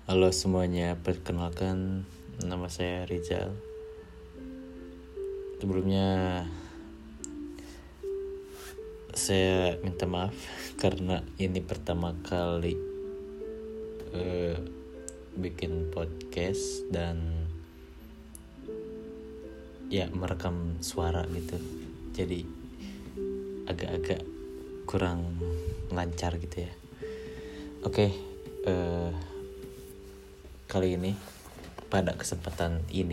Halo semuanya, perkenalkan nama saya Rizal. Sebelumnya saya minta maaf karena ini pertama kali bikin podcast dan ya merekam suara gitu. Jadi agak-agak kurang lancar gitu ya. Oke, kali ini pada kesempatan ini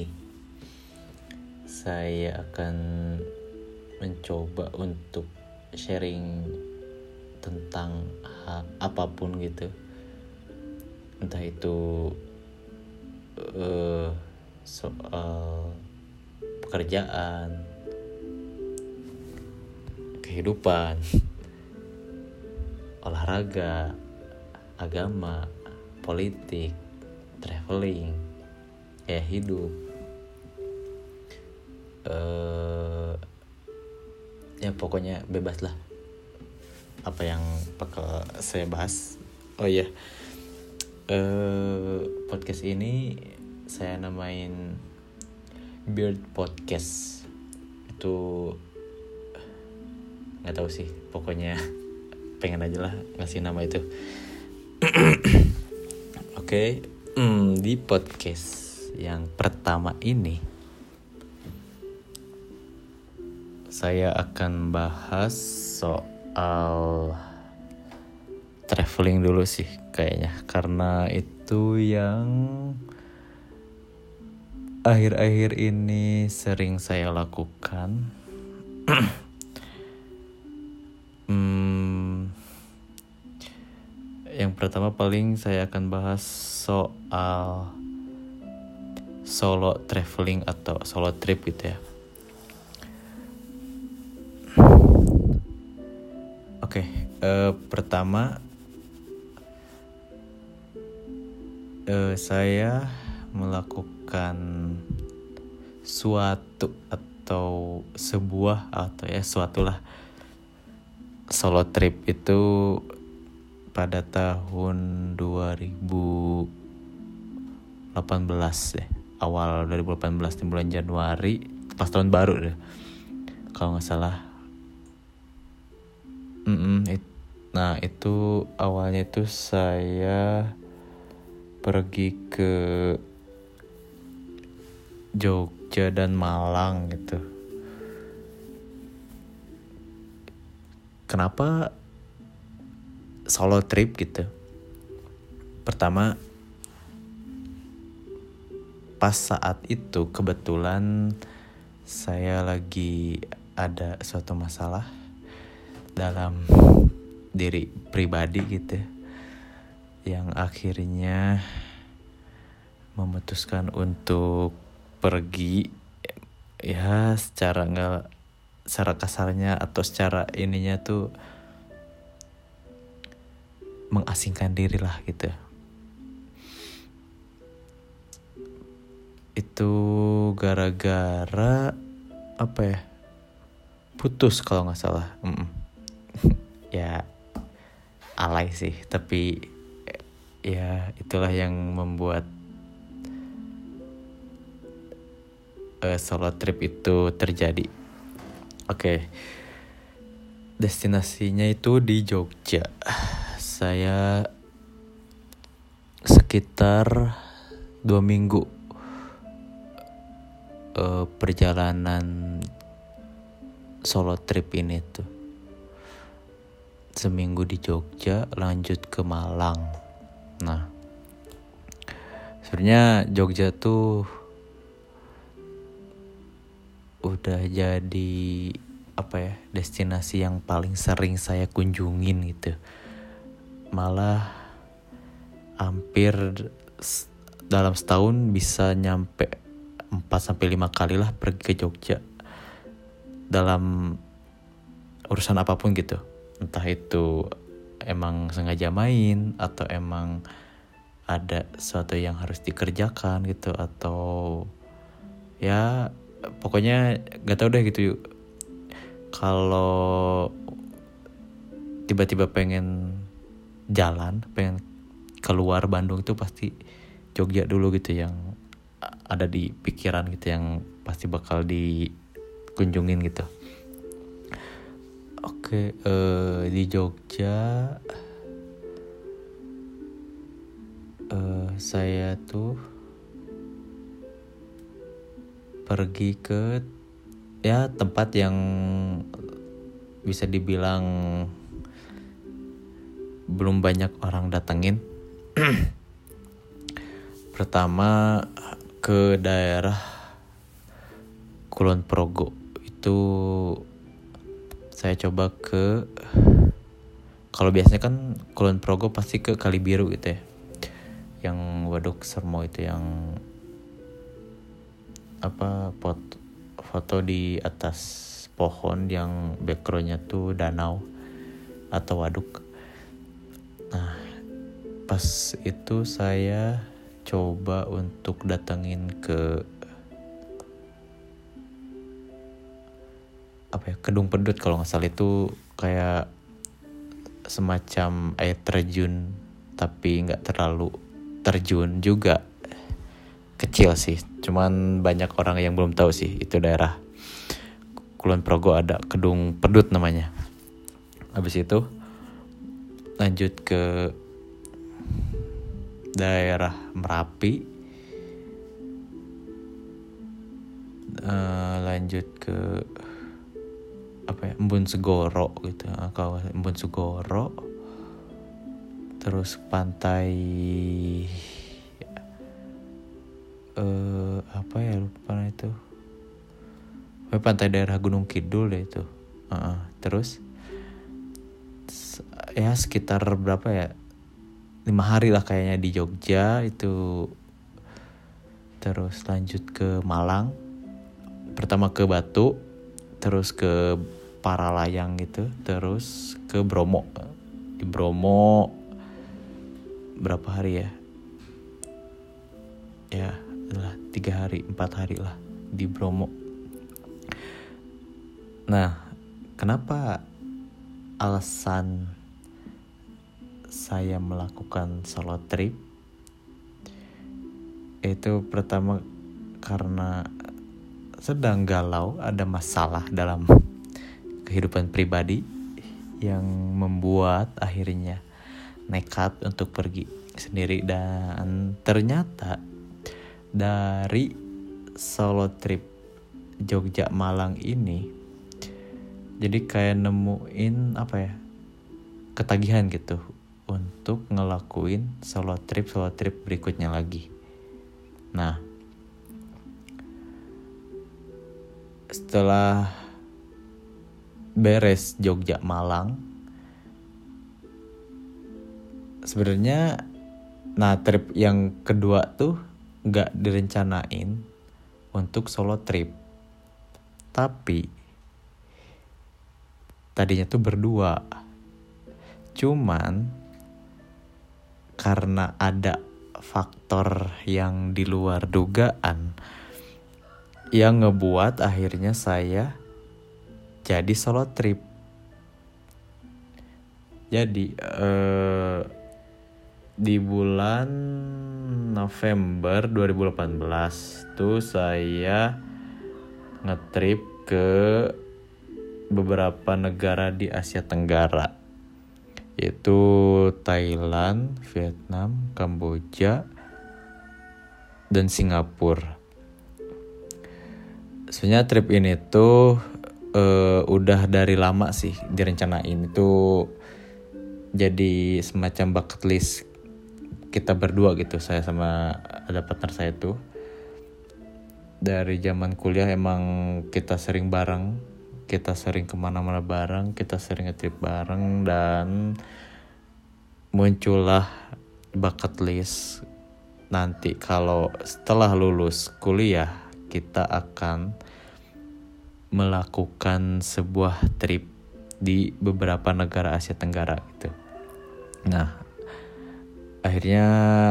saya akan mencoba untuk sharing tentang apapun gitu, entah itu soal pekerjaan, kehidupan, olahraga, agama, politik, traveling, ya hidup, ya pokoknya bebas lah apa yang bakal saya bahas. Oh iya, podcast ini saya namain Beard Podcast. Itu nggak tahu sih, pokoknya pengen aja lah ngasih nama itu. Oke, di podcast yang pertama ini saya akan bahas soal traveling dulu sih kayaknya, karena itu yang akhir-akhir ini sering saya lakukan. Yang pertama paling saya akan bahas soal solo traveling atau solo trip gitu ya. Oke, pertama saya melakukan suatu atau sebuah atau ya suatulah solo trip itu pada tahun 2018 ya, awal 2018 di bulan Januari pas tahun baru deh kalau nggak salah. Nah itu awalnya itu saya pergi ke Jogja dan Malang gitu. Kenapa solo trip gitu? Pertama, pas saat itu kebetulan saya lagi ada suatu masalah dalam diri pribadi gitu, yang akhirnya memutuskan untuk pergi, ya secara kasarnya atau secara ininya tuh mengasingkan diri lah gitu. Itu gara-gara apa ya, putus kalau nggak salah. Ya alay sih, tapi ya itulah yang membuat solo trip itu terjadi. Oke, destinasinya itu di Jogja. Saya sekitar 2 minggu perjalanan solo trip ini tuh. Seminggu di Jogja, lanjut ke Malang. Nah, sebenarnya Jogja tuh udah jadi apa ya, destinasi yang paling sering saya kunjungin gitu. Malah hampir dalam setahun bisa nyampe 4-5 kali lah pergi ke Jogja dalam urusan apapun gitu. Entah itu emang sengaja main atau emang ada sesuatu yang harus dikerjakan gitu, atau ya pokoknya gak tau deh gitu. Kalau tiba-tiba pengen jalan, pengen keluar Bandung itu pasti Jogja dulu gitu yang ada di pikiran gitu, yang pasti bakal dikunjungin gitu. Oke, di Jogja saya tuh pergi ke ya tempat yang bisa dibilang belum banyak orang datengin. Pertama ke daerah Kulon Progo. Itu saya coba kalau biasanya kan Kulon Progo pasti ke Kali Biru gitu ya, yang Waduk Sermo itu, yang foto di atas pohon yang backgroundnya tuh danau atau waduk. Nah, pas itu saya coba untuk datengin ke Kedung Pedut kalau nggak salah. Itu kayak semacam air terjun, tapi nggak terlalu terjun juga, kecil sih, cuman banyak orang yang belum tahu sih itu daerah Kulon Progo ada Kedung Pedut namanya. Habis itu lanjut ke daerah Merapi, lanjut ke Embun Segoro gitu, kawasan Embun Segoro, terus pantai lupa itu, pantai daerah Gunung Kidul deh itu. Terus ya sekitar berapa ya, 5 hari lah kayaknya di Jogja itu. Terus lanjut ke Malang, pertama ke Batu, terus ke Paralayang gitu, terus ke Bromo. Di Bromo berapa hari ya? Ya lah 3 hari 4 hari lah di Bromo. Nah, kenapa alasan saya melakukan solo trip? Itu pertama karena sedang galau, ada masalah dalam kehidupan pribadi yang membuat akhirnya nekat untuk pergi sendiri. Dan ternyata dari solo trip Jogja Malang ini jadi kayak nemuin ketagihan gitu untuk ngelakuin solo trip berikutnya lagi. Nah, setelah beres Jogja Malang, sebenarnya trip yang kedua tuh gak direncanain untuk solo trip, tapi tadinya tuh berdua. Cuman karena ada faktor yang di luar dugaan yang ngebuat akhirnya saya jadi solo trip. Jadi di bulan November 2018 tuh saya ngetrip ke beberapa negara di Asia Tenggara, yaitu Thailand, Vietnam, Kamboja, dan Singapura. Sebenarnya trip ini tuh udah dari lama sih direncanain. Itu jadi semacam bucket list kita berdua gitu, saya sama ada partner saya tuh. Dari zaman kuliah emang kita sering bareng, kita sering kemana-mana bareng, kita sering nge-trip bareng, dan muncullah bucket list nanti kalau setelah lulus kuliah kita akan melakukan sebuah trip di beberapa negara Asia Tenggara gitu. Nah, akhirnya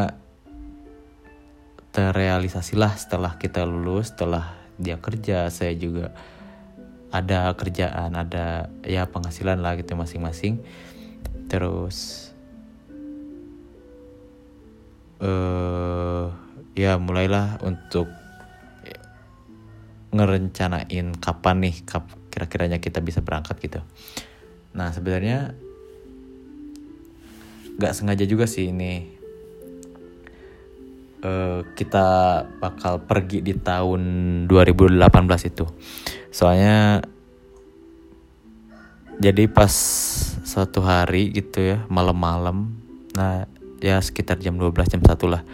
terrealisasilah setelah kita lulus, setelah dia kerja, saya juga ada kerjaan, ada ya penghasilan lah gitu masing-masing. Terus ya mulailah untuk ngerencanain kapan nih kira-kiranya kita bisa berangkat gitu. Nah sebenarnya gak sengaja juga sih ini kita bakal pergi di tahun 2018 itu. Soalnya jadi pas suatu hari gitu ya, malam-malam, nah ya sekitar jam 12 jam 1 lah,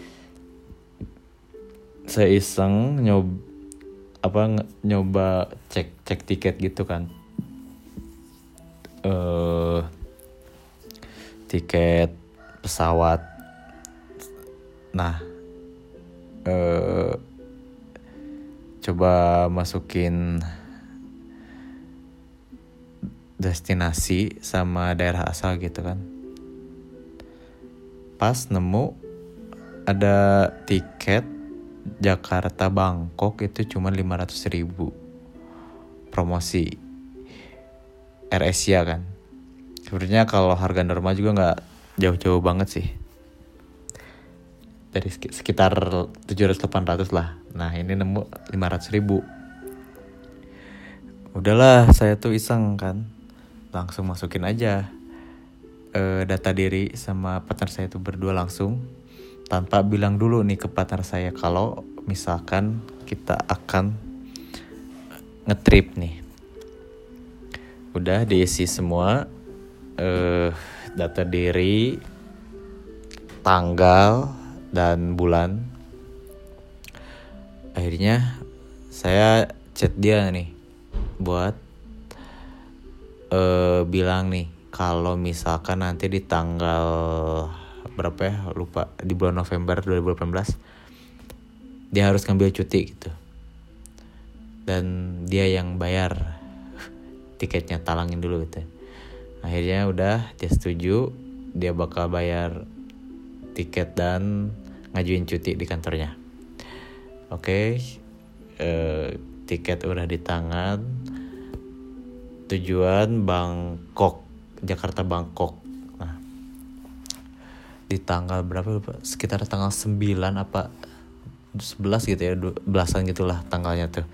saya iseng nyoba cek tiket gitu kan, tiket pesawat. Nah coba masukin destinasi sama daerah asal gitu kan. Pas nemu ada tiket Jakarta Bangkok itu cuma 500.000 promosi AirAsia kan. Sebenarnya kalau harga normal juga nggak jauh-jauh banget sih, dari sekitar 700-800 lah. Nah ini nemu 500.000. Udahlah saya tuh iseng kan, langsung masukin aja data diri sama partner saya tuh berdua langsung, tanpa bilang dulu nih ke partner saya kalau misalkan kita akan ngetrip nih. Udah diisi semua data diri, tanggal dan bulan. Akhirnya saya chat dia nih buat bilang nih kalau misalkan nanti di tanggal berapa ya, lupa, di bulan November 2018 dia harus ngambil cuti gitu, dan dia yang bayar tiketnya, talangin dulu gitu. Akhirnya udah dia setuju, dia bakal bayar tiket dan ngajuin cuti di kantornya. Oke, tiket udah di tangan, tujuan Bangkok, Jakarta Bangkok. Nah di tanggal berapa lupa, sekitar tanggal 9 apa 11 gitu ya, 12-an gitulah tanggalnya tuh.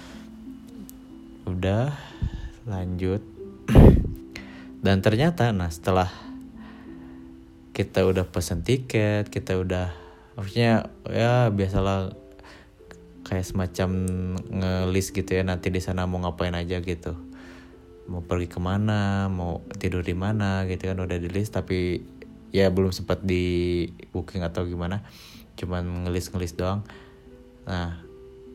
Udah lanjut. Dan ternyata nah setelah kita udah pesen tiket, kita udah, maksudnya ya biasalah kayak semacam nge-list gitu ya, nanti di sana mau ngapain aja gitu, mau pergi kemana, mau tidur di mana gitu kan, udah di list, tapi ya belum sempat di booking atau gimana, cuman ngelis doang. Nah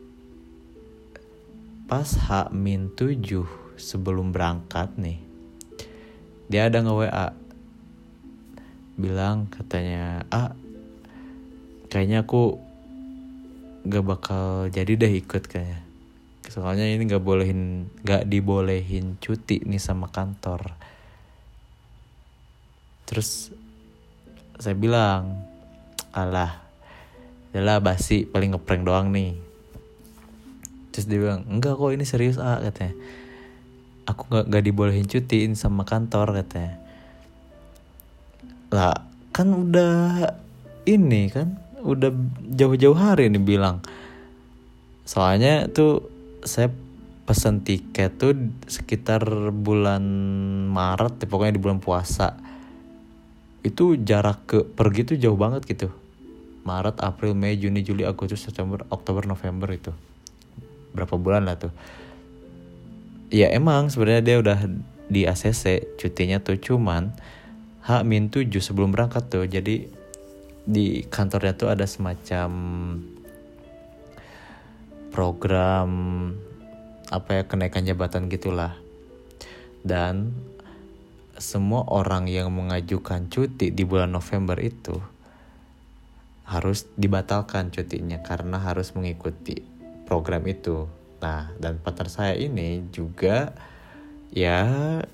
pas H-7 sebelum berangkat nih, dia ada nge-WA bilang katanya, kayaknya aku gak bakal jadi deh ikut kayaknya, soalnya ini gak dibolehin cuti nih sama kantor. Terus saya bilang, alah adalah basi, paling ngeprank doang nih. Terus dia bilang, enggak kok ini serius katanya, aku gak dibolehin cutiin sama kantor katanya. Lah kan udah ini kan, udah jauh-jauh hari nih bilang. Soalnya tuh saya pesan tiket tuh sekitar bulan Maret, pokoknya di bulan puasa. Itu jarak ke pergi tuh jauh banget gitu. Maret, April, Mei, Juni, Juli, Agustus, September, Oktober, November itu. Berapa bulan lah tuh. Ya emang sebenarnya dia udah di ACC cutinya tuh, cuman H-7 sebelum berangkat tuh. Jadi di kantornya tuh ada semacam program apa ya, kenaikan jabatan gitulah. Dan semua orang yang mengajukan cuti di bulan November itu harus dibatalkan cutinya karena harus mengikuti program itu. Nah, dan partner saya ini juga ya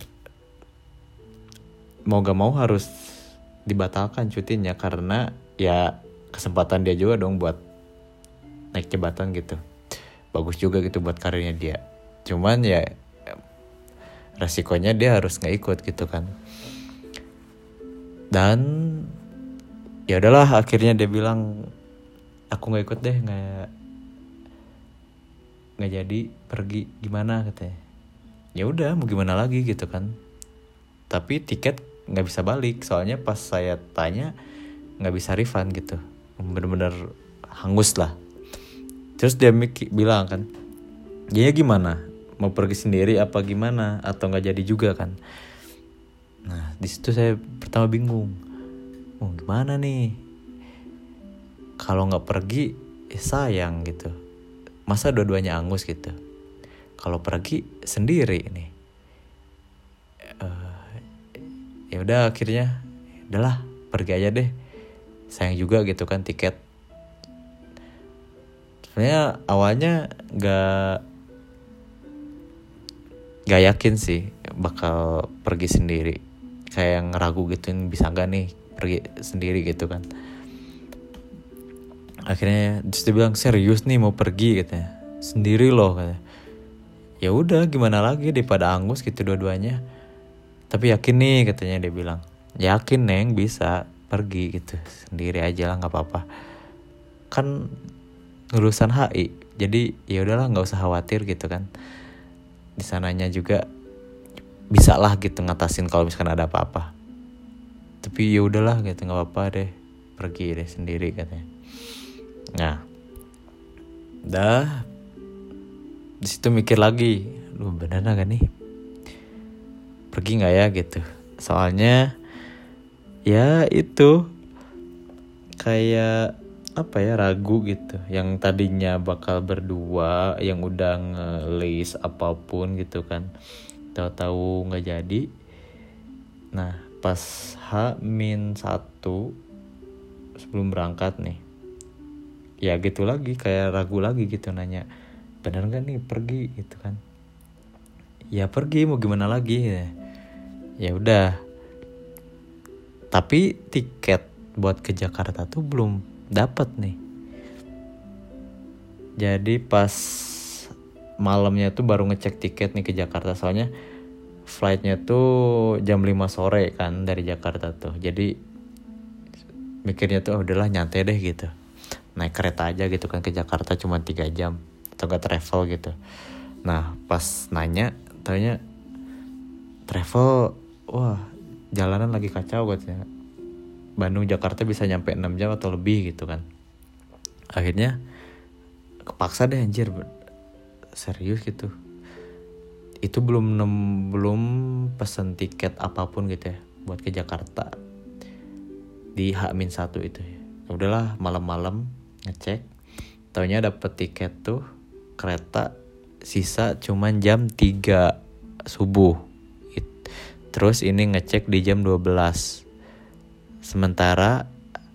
mau gak mau harus dibatalkan cutinya karena ya kesempatan dia juga dong buat naik jabatan gitu. Bagus juga gitu buat karirnya dia. Cuman ya resikonya dia harus nggak ikut gitu kan. Dan ya udahlah, akhirnya dia bilang aku nggak ikut deh, nggak jadi pergi, gimana katanya. Ya udah, mau gimana lagi gitu kan. Tapi tiket nggak bisa balik, soalnya pas saya tanya nggak bisa refund gitu, bener-bener hangus lah. Terus dia bilang kan, ya gimana, mau pergi sendiri apa gimana, atau nggak jadi juga kan. Nah di situ saya pertama bingung, mau gimana nih, kalau nggak pergi sayang gitu, masa dua-duanya angus gitu. Kalau pergi sendiri nih, ya udah akhirnya udahlah pergi aja deh, sayang juga gitu kan tiket. Sebenarnya awalnya gak yakin sih bakal pergi sendiri, kayak ngeragu gitu, bisa nggak nih pergi sendiri gitu kan. Akhirnya dia bilang, serius nih mau pergi katanya, sendiri loh katanya. Ya udah gimana lagi, daripada angus gitu dua-duanya. Tapi yakin nih katanya, dia bilang yakin neng bisa pergi gitu sendiri aja lah, nggak apa-apa kan lulusan HI, jadi ya udahlah nggak usah khawatir gitu kan, di sananya juga bisa lah gitu ngatasin kalau misalkan ada apa-apa. Tapi ya udahlah gitu, nggak apa-apa deh, pergi deh sendiri katanya. Nah dah di situ mikir lagi, lu bener gak nih pergi nggak ya gitu. Soalnya ya itu kayak apa ya, ragu gitu. Yang tadinya bakal berdua, yang udah nge-list apapun gitu kan, tahu-tahu nggak jadi. Nah pas H-1 sebelum berangkat nih, ya gitu lagi, kayak ragu lagi gitu, nanya bener nggak nih pergi gitu kan. Ya pergi, mau gimana lagi ya udah. Tapi tiket buat ke Jakarta tuh belum dapat nih. Jadi pas malamnya tuh baru ngecek tiket nih ke Jakarta, soalnya flightnya tuh jam 5 sore kan dari Jakarta tuh. Jadi mikirnya tuh udahlah nyantai deh gitu, naik kereta aja gitu kan ke Jakarta, cuma 3 jam atau gak travel gitu. Nah pas nanya tanya travel, wah jalanan lagi kacau katanya, Bandung Jakarta bisa nyampe 6 jam atau lebih gitu kan. Akhirnya kepaksa deh anjir, serius gitu. Itu belum pesen tiket apapun gitu ya buat ke Jakarta di H-1 itu ya. Udahlah malam-malam ngecek, taunya dapet tiket tuh kereta sisa cuman jam 3 subuh. Terus ini ngecek di jam 12. Sementara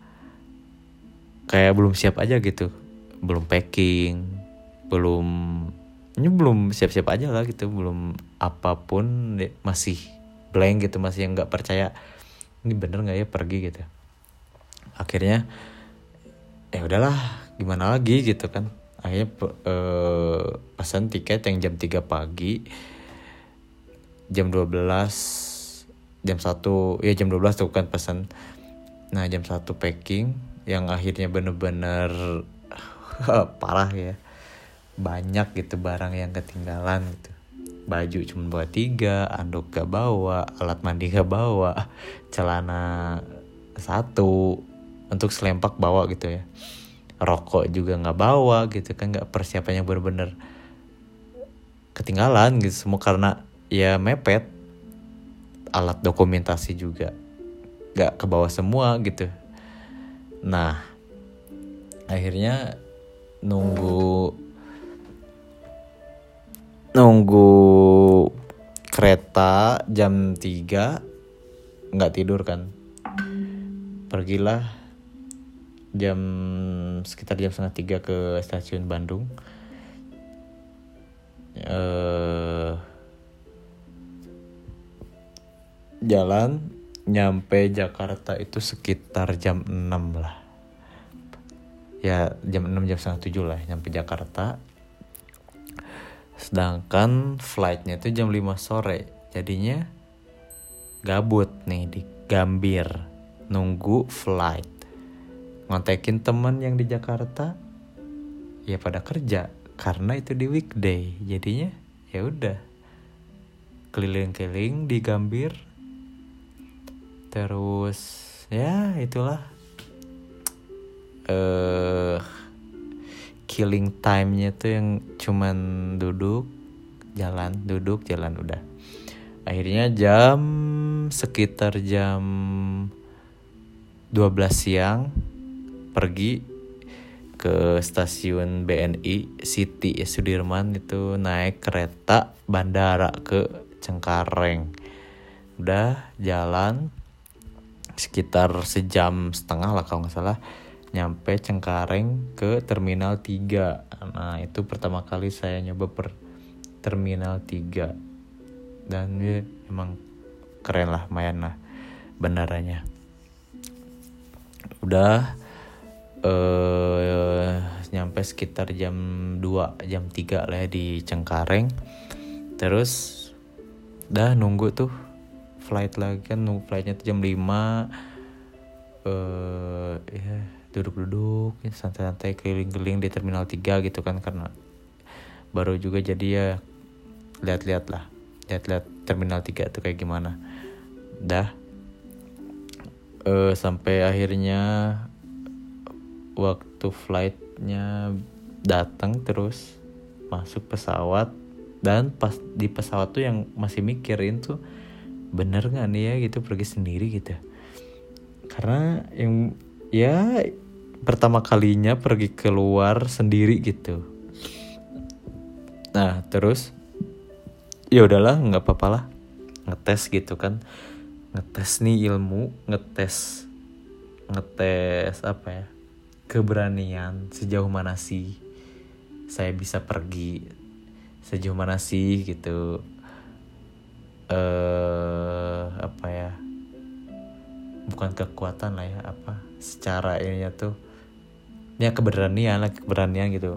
kayak belum siap aja gitu, belum packing, belum siap-siap aja lah gitu, belum apapun, masih blank gitu, masih yang nggak percaya ini bener nggak ya pergi gitu. Akhirnya ya udahlah gimana lagi gitu kan. Akhirnya pesan tiket yang jam 3 pagi, jam 12, jam 1 ya, jam 12 tuh kan pesan. Nah jam 1 packing, yang akhirnya bener-bener parah ya, banyak gitu barang yang ketinggalan gitu. Baju cuma bawa 3, anduk gak bawa, alat mandi gak bawa, celana 1, untuk selempak bawa gitu ya, rokok juga gak bawa gitu kan. Gak persiapan yang bener-bener ketinggalan gitu semua, karena ya mepet. Alat dokumentasi juga gak kebawa semua gitu. Nah akhirnya nunggu kereta jam 3, nggak tidur kan. Pergilah sekitar jam 2:30 ke stasiun Bandung. Jalan nyampe Jakarta itu sekitar jam 6 lah. Ya jam 6, jam 6:30 lah nyampe Jakarta. Sedangkan flightnya itu jam 5 sore. Jadinya gabut nih di Gambir, nunggu flight. ngontekin teman yang di Jakarta ya pada kerja karena itu di weekday, jadinya ya udah keliling-keliling di Gambir. Terus ya itulah killing time-nya tuh yang cuman duduk jalan udah. Akhirnya sekitar jam 12 siang pergi ke stasiun BNI City Sudirman, itu naik kereta bandara ke Cengkareng. Udah jalan sekitar sejam setengah lah kalau gak salah, nyampe Cengkareng ke Terminal 3. Nah itu pertama kali saya nyoba Terminal 3. Dan ya, emang keren lah, lumayan lah bandaranya. Udah nyampe sekitar jam 2, jam 3 lah ya di Cengkareng. Terus udah nunggu tuh flight lagi kan, nunggu flightnya tuh jam 5. Ya duduk-duduk ya, santai-santai keliling-keliling di Terminal 3 gitu kan, karena baru juga jadi ya lihat-lihat Terminal 3 tuh kayak gimana. Dah sampai akhirnya waktu flightnya datang, terus masuk pesawat. Dan pas di pesawat tuh yang masih mikirin tuh bener gak nih ya gitu pergi sendiri gitu, karena yang ya pertama kalinya pergi keluar sendiri gitu. Nah terus ya udahlah, nggak apa-apa lah, ngetes gitu kan, ngetes nih ilmu, ngetes apa ya, keberanian sejauh mana sih saya bisa pergi, sejauh mana sih gitu, apa ya, bukan kekuatan lah ya, apa secara ininya tuh ya keberanian gitu.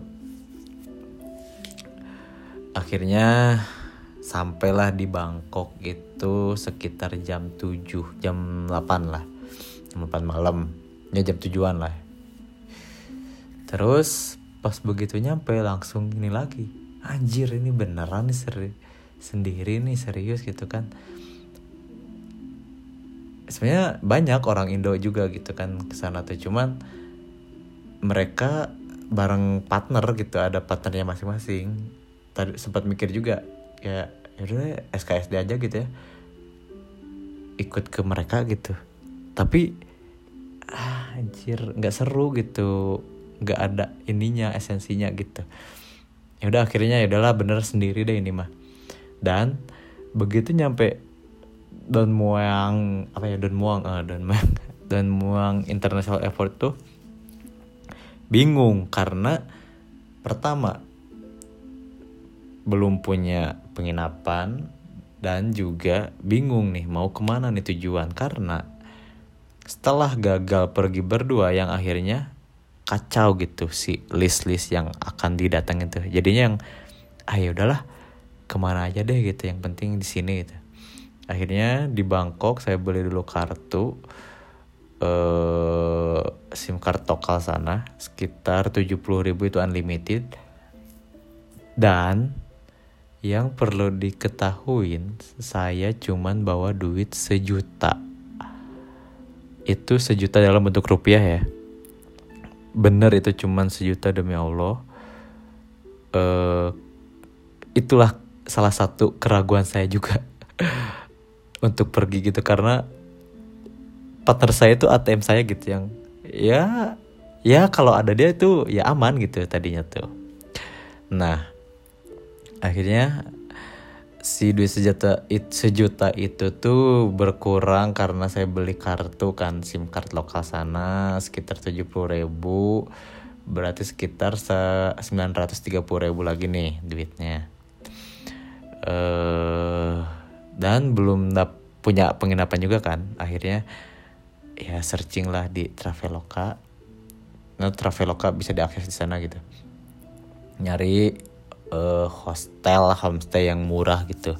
Akhirnya sampailah di Bangkok itu sekitar jam 7, jam 8 lah, jam 8 malam ya, jam 7-an lah. Terus pas begitu nyampe langsung ini lagi, anjir ini beneran nih sendiri nih, serius gitu kan. Sebenarnya banyak orang Indo juga gitu kan kesana tuh, cuman mereka bareng partner gitu, ada partnernya masing-masing. Tadi sempat mikir juga kayak yaudah SKSD aja gitu ya, ikut ke mereka gitu, tapi anjir nggak seru gitu, nggak ada ininya, esensinya gitu. Ya udah akhirnya ya udahlah, bener sendiri deh ini mah. Dan begitu nyampe Don Mueang International Airport tuh bingung, karena pertama belum punya penginapan dan juga bingung nih mau kemana nih tujuan, karena setelah gagal pergi berdua yang akhirnya kacau gitu si list yang akan didatengin tuh. Jadinya yang ya udahlah kemana aja deh gitu, yang penting di sini gitu. Akhirnya di Bangkok saya beli dulu kartu SIM card lokal sana sekitar 70.000 itu unlimited. Dan yang perlu diketahuin, saya cuman bawa duit 1 juta. Itu 1 juta dalam bentuk rupiah ya. Bener itu cuman 1 juta demi Allah. Itulah salah satu keraguan saya juga untuk pergi gitu, karena partner saya itu ATM saya gitu, yang ya kalau ada dia itu ya aman gitu tadinya tuh. Nah akhirnya si duit 1 juta itu tuh berkurang karena saya beli kartu kan, SIM card lokal sana sekitar 70.000, berarti sekitar 930.000 lagi nih duitnya. Dan belum punya penginapan juga kan, akhirnya ya searching lah di Traveloka. Nah Traveloka bisa diakses di sana gitu, nyari homestay yang murah gitu,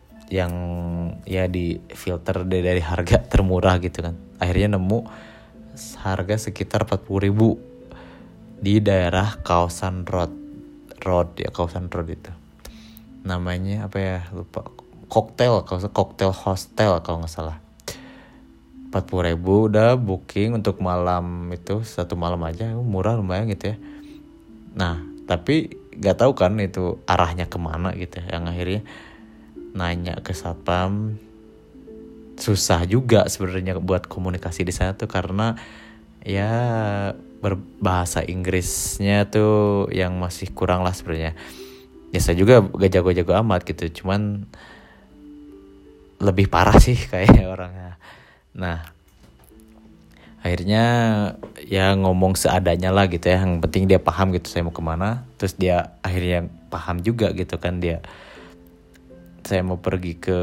yang ya di filter dari harga termurah gitu kan. Akhirnya nemu harga sekitar 40.000 di daerah Kaosan Road ya, Kaosan Road itu. Namanya apa ya, lupa. Cocktail Hostel kalau nggak salah. 40.000 udah booking untuk malam itu, 1 malam aja, murah lumayan gitu ya. Nah tapi nggak tahu kan itu arahnya kemana gitu ya. Yang akhirnya nanya ke satpam, susah juga sebenarnya buat komunikasi di sana tuh, karena ya berbahasa Inggrisnya tuh yang masih kurang lah sebenarnya. Ya saya juga gak jago-jago amat gitu, cuman lebih parah sih kayak orangnya. Nah akhirnya ya ngomong seadanya lah gitu ya, yang penting dia paham gitu saya mau kemana. Terus dia akhirnya paham juga gitu kan, saya mau pergi ke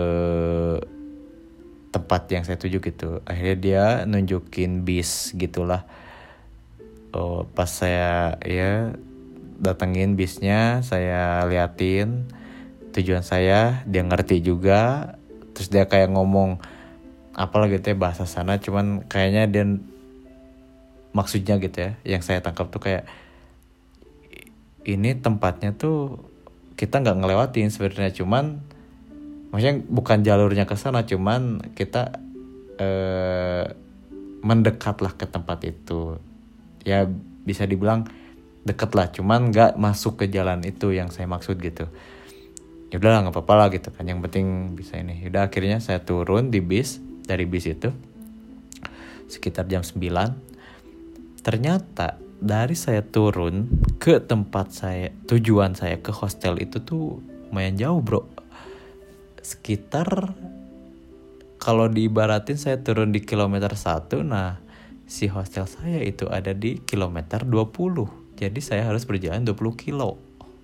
tempat yang saya tuju gitu. Akhirnya dia nunjukin bis gitulah. Pas saya ya datengin bisnya, saya liatin tujuan saya, dia ngerti juga. Terus dia kayak ngomong apalah gitu ya bahasa sana, cuman kayaknya dia maksudnya gitu ya, yang saya tangkap tuh kayak ini tempatnya tuh kita nggak ngelewatin sebenarnya, cuman maksudnya bukan jalurnya ke sana, cuman kita mendekatlah ke tempat itu. Ya bisa dibilang deket lah, cuman nggak masuk ke jalan itu yang saya maksud gitu. Ya udahlah nggak apa-apa lah gitu kan, yang penting bisa ini. Udah akhirnya saya turun dari bis itu sekitar jam 9. Ternyata dari saya turun ke tujuan saya ke hostel itu tuh lumayan jauh bro. Sekitar kalau diibaratin saya turun di kilometer 1, nah si hostel saya itu ada di kilometer 20. Jadi saya harus berjalan 20 kilo.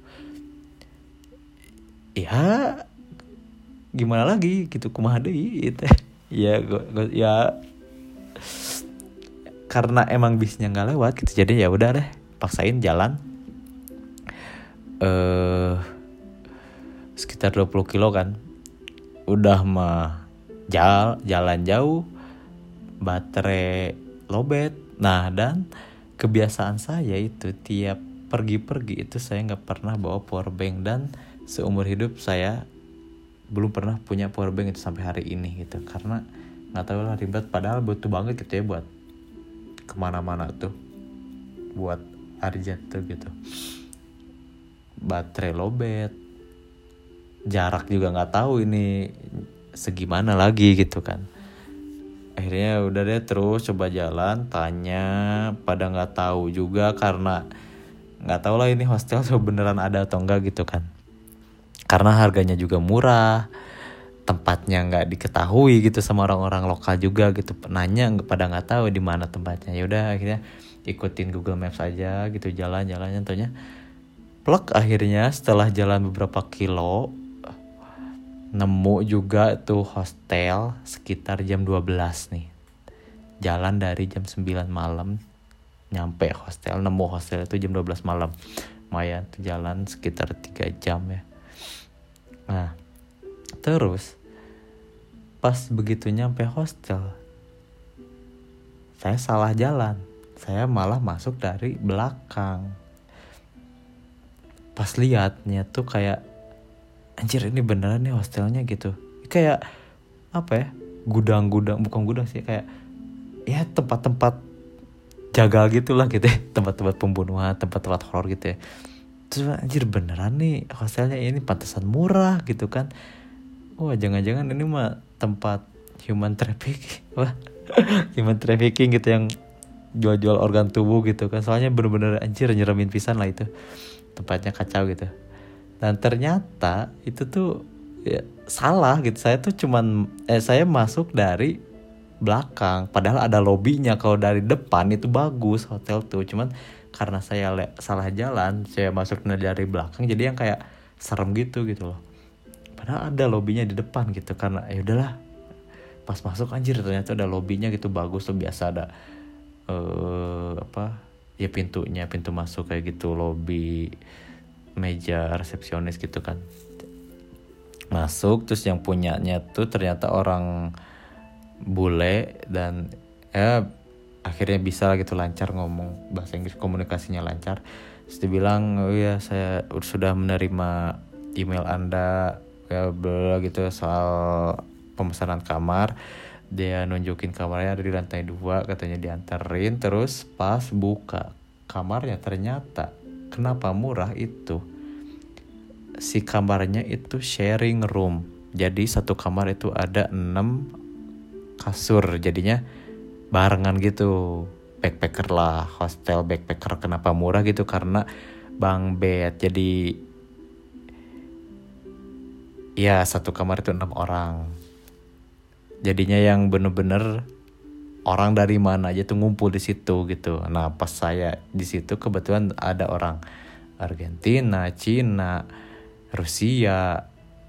Ya gimana lagi gitu, kumaha deui gitu. Ya karena emang bisnya nggak lewat gitu, jadi ya udah deh paksain jalan sekitar 20 kilo kan. Udah mah jalan jauh, baterai lobet. Nah dan kebiasaan saya itu tiap pergi itu saya nggak pernah bawa power bank, dan seumur hidup saya belum pernah punya power bank itu sampai hari ini gitu, karena nggak tahu lah ribet, padahal butuh banget gitu ya buat kemana-mana tuh, buat urgent tuh gitu. Baterai lobet, jarak juga nggak tahu ini segimana lagi gitu kan. Akhirnya udah deh terus coba jalan, tanya, pada nggak tahu juga, karena nggak tahu lah ini hostel beneran ada atau enggak gitu kan, karena harganya juga murah, tempatnya nggak diketahui gitu sama orang-orang lokal juga gitu. Nanya pada nggak tahu di mana tempatnya. Ya udah akhirnya ikutin Google Maps aja gitu, jalan-jalannya tentunya plek. Akhirnya setelah jalan beberapa kilo nemu juga tuh hostel sekitar jam 12 nih. Jalan dari jam 9 malam nyampe hostel, nemu hostel itu jam 12 malam. Lumayan tuh jalan sekitar 3 jam ya. Nah terus pas begitu nyampe hostel, saya salah jalan. Saya malah masuk dari belakang. Pas liatnya tuh kayak anjir ini beneran nih hostelnya gitu. Kayak apa ya, gudang-gudang, bukan gudang sih, kayak ya tempat-tempat jagal gitulah gitu ya. Tempat-tempat pembunuhan, tempat-tempat horor gitu ya. Terus anjir beneran nih hostelnya ini, pantesan murah gitu kan. Wah jangan-jangan ini mah tempat human trafficking. Wah human trafficking gitu, yang jual-jual organ tubuh gitu kan. Soalnya bener-bener anjir nyeremin pisan lah itu, tempatnya kacau gitu. Dan ternyata itu tuh ya, salah gitu. Saya tuh saya masuk dari belakang, padahal ada lobinya. Kalau dari depan itu bagus hotel tuh, cuman karena saya salah jalan, saya masuk dari belakang, jadi yang kayak serem gitu loh. Padahal ada lobinya di depan gitu. Karena ya udahlah, pas masuk anjir ternyata ada lobinya gitu, bagus tuh. Biasa ada pintu masuk kayak gitu, lobi, meja resepsionis gitu kan. Masuk, terus yang punyanya tuh ternyata orang bule, dan akhirnya bisa gitu lancar ngomong bahasa Inggris, komunikasinya lancar. Terus dia bilang, oh ya saya sudah menerima email Anda ya bla gitu soal pemesanan kamar. Dia nunjukin kamarnya ada di lantai 2, katanya dianterin. Terus pas buka kamarnya ternyata kenapa murah itu, si kamarnya itu sharing room. Jadi satu kamar itu ada 6 kasur, jadinya barengan gitu. Backpacker lah, hostel backpacker. Kenapa murah gitu, karena bunk bed. Jadi ya satu kamar itu 6 orang. Jadinya yang bener-bener orang dari mana aja tuh ngumpul di situ gitu. Nah pas saya di situ kebetulan ada orang Argentina, Cina, Rusia,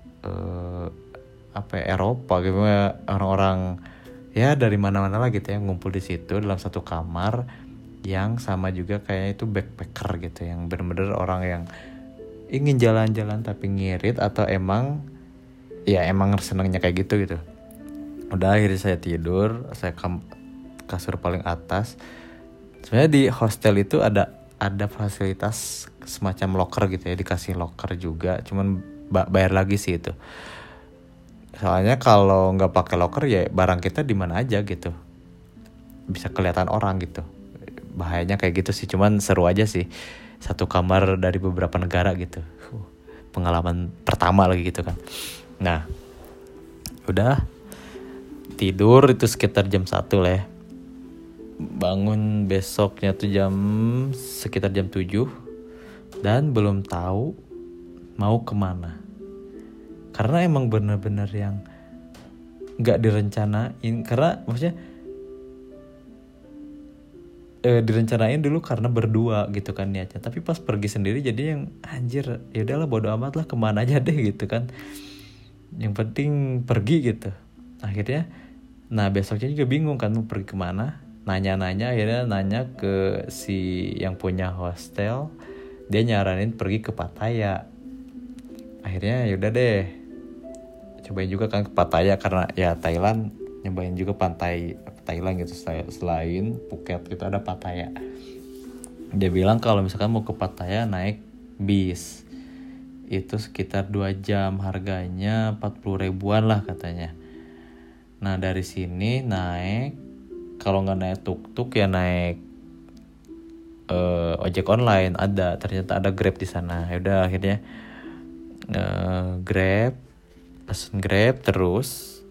Eropa gitu, orang-orang ya dari mana-mana lah gitu ya ngumpul di situ dalam satu kamar yang sama juga kayaknya itu backpacker gitu, yang bener-bener orang yang ingin jalan-jalan tapi ngirit atau emang senangnya kayak gitu. Udah akhirnya saya tidur, saya kasur paling atas. Sebenarnya di hostel itu ada fasilitas semacam locker gitu ya, dikasih locker juga, cuman bayar lagi sih itu. Soalnya kalau nggak pakai locker ya barang kita di mana aja gitu, bisa kelihatan orang gitu. Bahayanya kayak gitu sih, cuman seru aja sih. Satu kamar dari beberapa negara gitu, pengalaman pertama lagi gitu kan. Nah udah tidur itu sekitar jam 1 lah ya. Bangun besoknya tuh sekitar jam 7 dan belum tahu mau kemana. Karena emang bener-bener yang gak direncanain. Karena maksudnya direncanain dulu karena berdua gitu kan niatnya. Tapi pas pergi sendiri jadi yang anjir, ya udahlah bodo amat lah, kemana aja deh gitu kan. Yang penting pergi gitu. Akhirnya nah besoknya juga bingung kan mau pergi kemana. Akhirnya nanya ke si yang punya hostel. Dia nyaranin pergi ke Pattaya. Akhirnya yaudah deh, cobain juga kan ke Pattaya, karena ya Thailand, nyobain juga pantai Thailand gitu. Selain Phuket itu ada Pattaya. Dia bilang kalau misalkan mau ke Pattaya naik bis itu sekitar 2 jam, harganya 40 ribuan lah katanya. Nah dari sini naik, kalau nggak naik tuk-tuk ya naik ojek online. Ternyata ada Grab di sana. Ya udah akhirnya pesen Grab terus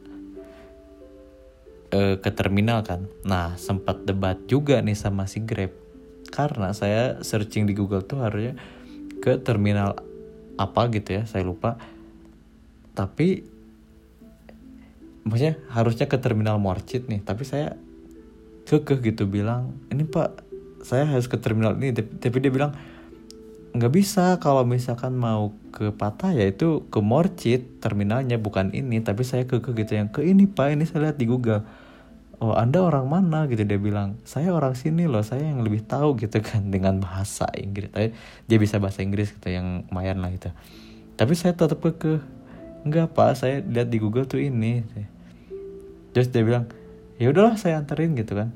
ke terminal kan. Nah sempat debat juga nih sama si Grab, karena saya searching di Google tuh harusnya ke terminal apa gitu ya, saya lupa. Tapi maksudnya harusnya ke terminal Morchid nih, tapi saya kekeh gitu bilang, ini Pak saya harus ke terminal ini. Tapi dia bilang nggak bisa, kalau misalkan mau ke Pattaya itu ke Morchid terminalnya, bukan ini. Tapi saya kekeh gitu yang ke ini Pak, ini saya lihat di Google. Oh Anda orang mana gitu, dia bilang saya orang sini loh, saya yang lebih tahu gitu kan, dengan bahasa Inggris. Tapi dia bisa bahasa Inggris gitu yang lumayan lah gitu. Tapi saya tetap kekeh, enggak Pak saya lihat di Google tuh ini. Terus dia bilang ya udahlah saya anterin gitu kan.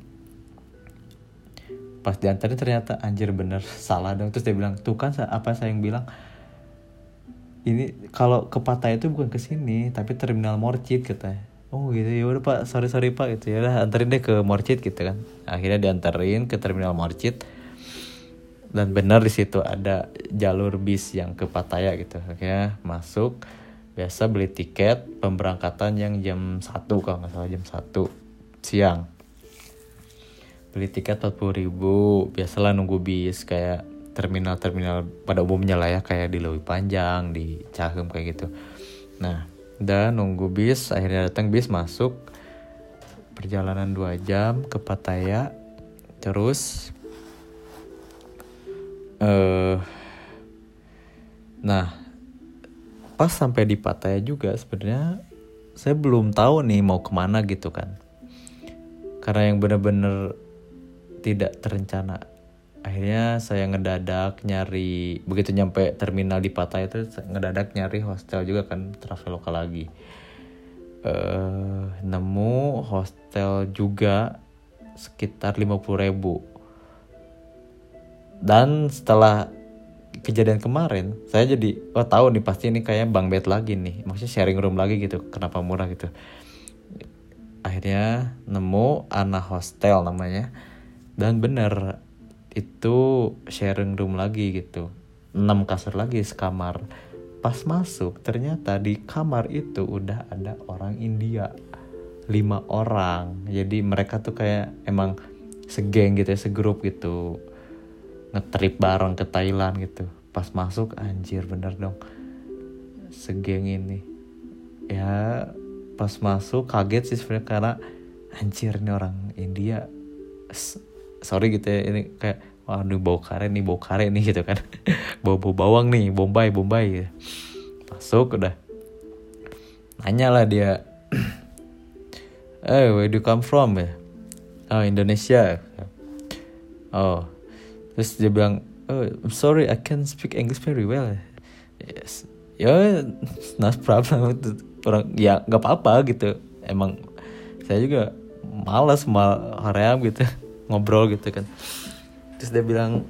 Pas dianterin ternyata anjir bener salah dong. Terus dia bilang tuh kan apa saya yang bilang, ini kalau ke Pattaya itu bukan ke sini tapi terminal Morchid katanya. Oh gitu, ya udah Pak, sorry Pak gitu, ya udah anterin deh ke Morchid gitu kan. Akhirnya dianterin ke terminal Morchid, dan benar di situ ada jalur bis yang ke Pattaya gitu. Akhirnya masuk, biasa beli tiket pemberangkatan yang jam 1 kalau nggak salah, jam 1 siang. Beli tiket 40.000, biasalah nunggu bis kayak terminal-terminal pada umumnya lah ya, kayak di Leuwi Panjang, di Cahem kayak gitu. Nah udah nunggu bis, akhirnya datang bis, masuk. Perjalanan 2 jam ke Pattaya. Terus nah pas sampai di Pattaya juga sebenarnya saya belum tahu nih mau kemana gitu kan, karena yang benar-benar tidak terencana. Akhirnya saya ngedadak nyari, begitu nyampe terminal di Pattaya itu ngedadak nyari hostel juga kan, Traveloka lagi. Nemu hostel juga sekitar 50.000. Dan setelah kejadian kemarin saya jadi tahu nih pasti ini kayak bunk bed lagi nih, maksudnya sharing room lagi gitu, kenapa murah gitu. Akhirnya nemu Ana Hostel namanya, dan bener itu sharing room lagi gitu, 6 kasur lagi sekamar. Pas masuk ternyata di kamar itu udah ada orang India 5 orang. Jadi mereka tuh kayak emang segeng gitu ya, segrup gitu, ngetrip bareng ke Thailand gitu. Pas masuk anjir bener dong, segeng ini ya. Pas masuk kaget sih sebenarnya, karena anjir nih orang India, sorry gitu ya, ini kayak waduh bau kare nih gitu kan. bau bawang nih, Bombay gitu. Masuk udah nanya lah dia, where do you come from ya? Oh, Indonesia. Oh, terus dia bilang, oh, I'm sorry, I can't speak English very well. Yes, ya, no problem. Orang ya nggak apa-apa gitu. Emang saya juga malas haream gitu ngobrol gitu kan. Terus dia bilang,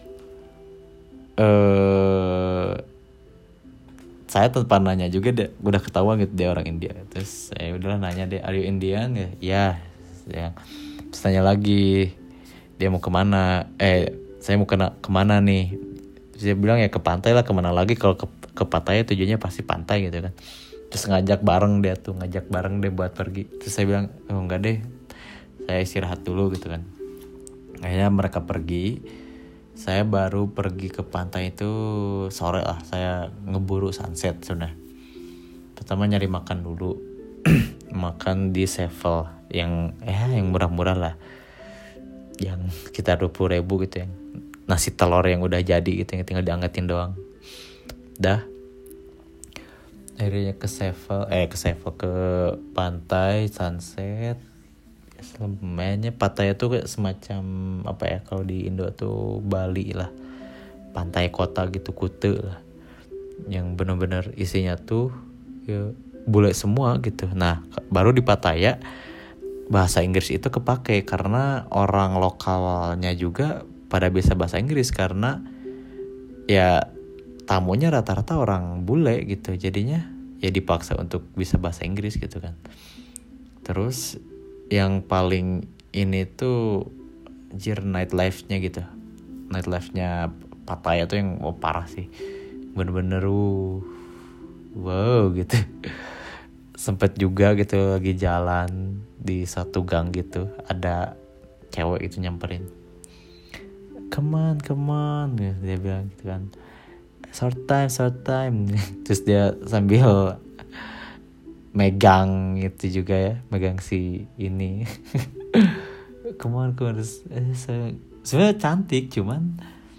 saya tanpa nanya juga dia udah ketahuan gitu dia orang India. Terus saya udahlah nanya dia, are you Indian? Ya. Terus tanya lagi, dia mau kemana? Saya mau kemana nih? Terus dia bilang ya ke pantai lah, kemana lagi kalau ke pantai tujuannya pasti pantai gitu kan. Terus ngajak bareng deh buat pergi. Terus saya bilang, oh enggak deh, saya istirahat dulu gitu kan. Akhirnya mereka pergi. Saya baru pergi ke pantai itu sore lah. Saya ngeburu sunset sudah. Pertama nyari makan dulu. Makan di Sevel yang murah-murah lah, yang sekitar 20.000 gitu, yang nasi telur yang udah jadi gitu, yang tinggal diangkatin doang. Dah akhirnya ke Sevel ke pantai sunset. Mainnya pantai itu kayak semacam apa ya, kalau di Indo tuh Bali lah, pantai kota gitu, Kuta lah, yang benar-benar isinya tuh ya bule semua gitu. Nah baru di Pattaya bahasa Inggris itu kepake, karena orang lokalnya juga pada bisa bahasa Inggris, karena ya tamunya rata-rata orang bule gitu, jadinya ya dipaksa untuk bisa bahasa Inggris gitu kan. Terus yang paling ini tuh nightlife-nya gitu, nightlife-nya Pattaya tuh yang parah sih, bener-bener wow gitu. Sempet juga gitu lagi jalan di satu gang gitu, ada cewek itu nyamperin, come on dia bilang gitu kan, short time. Terus dia sambil megang itu juga ya, megang si ini. come on. Terus sebenarnya cantik, cuman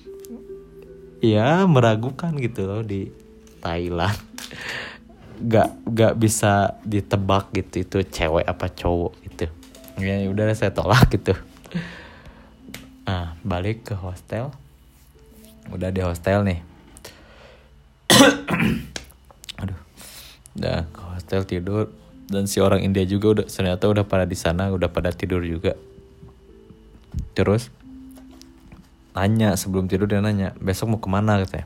ya meragukan gitu loh di Thailand. Gak bisa ditebak gitu itu cewek apa cowok gitu. Ya udah saya tolak gitu. Nah balik ke hostel. Udah di hostel nih. Udah ke hostel tidur, dan si orang India juga ternyata udah pada di sana, udah pada tidur juga. Terus nanya, sebelum tidur dia nanya, besok mau kemana katanya.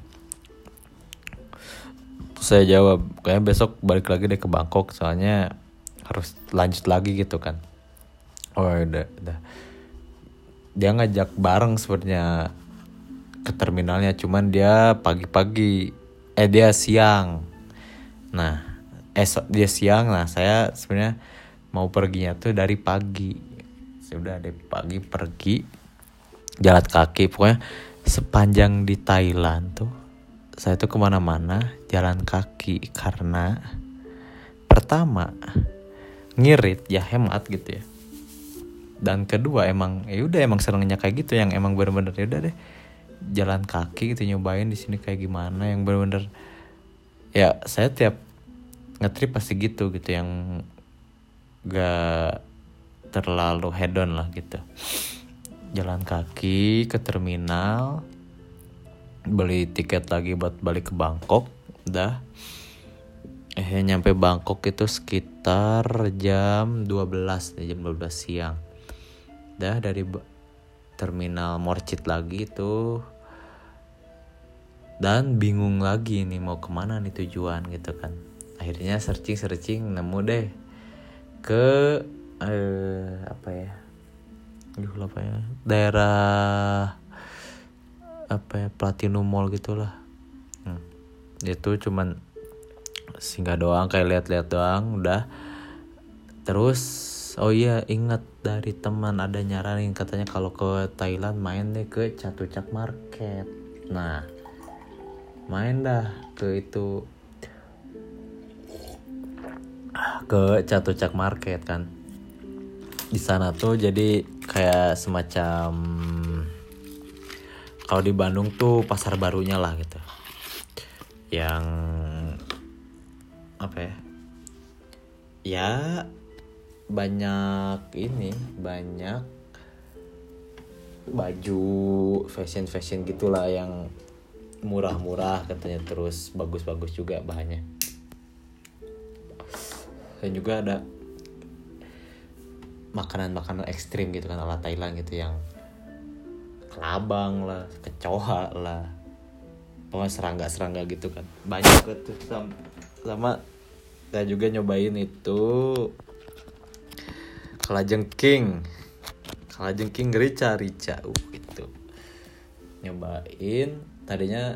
Terus saya jawab, kayaknya besok balik lagi deh ke Bangkok, soalnya harus lanjut lagi gitu kan. Oh udah. Dia ngajak bareng sebenarnya ke terminalnya, cuman dia dia siang. Nah dia siang. Nah saya sebenarnya mau perginya tuh dari pagi. Sudah dari pagi pergi jalan kaki, pokoknya sepanjang di Thailand tuh saya tuh kemana-mana jalan kaki, karena pertama ngirit ya, hemat gitu ya, dan kedua emang senengnya kayak gitu, yang emang bener-bener ya udah deh jalan kaki gitu, nyobain di sini kayak gimana, yang bener-bener ya saya tiap ngetrip pasti gitu yang gak terlalu hedon lah gitu. Jalan kaki ke terminal, beli tiket lagi buat balik ke Bangkok. Udah nyampe Bangkok itu sekitar jam 12 siang. Dah dari terminal Morchit lagi tuh, dan bingung lagi nih mau kemana nih tujuan gitu kan. Akhirnya searching nemu deh ke apa ya, lupa ya, daerah apa ya, Platinum Mall gitulah. Itu cuman singgah doang, kayak lihat-lihat doang udah. Terus oh iya, ingat dari teman ada nyaranin katanya kalau ke Thailand main deh ke Chatuchak Market. Nah, main dah ke itu, ke Chatuchak Market kan. Di sana tuh jadi kayak semacam, kalau di Bandung tuh pasar barunya lah gitu. Yang apa ya? Ya banyak baju fashion gitulah yang murah-murah katanya, terus bagus-bagus juga bahannya. Dan juga ada makanan-makanan ekstrim gitu kan ala Thailand gitu, yang kelabang lah, kecoa lah, pokoknya serangga gitu kan, banyak tuh. Sama saya juga nyobain itu kalajengking rica gitu. Nyobain, tadinya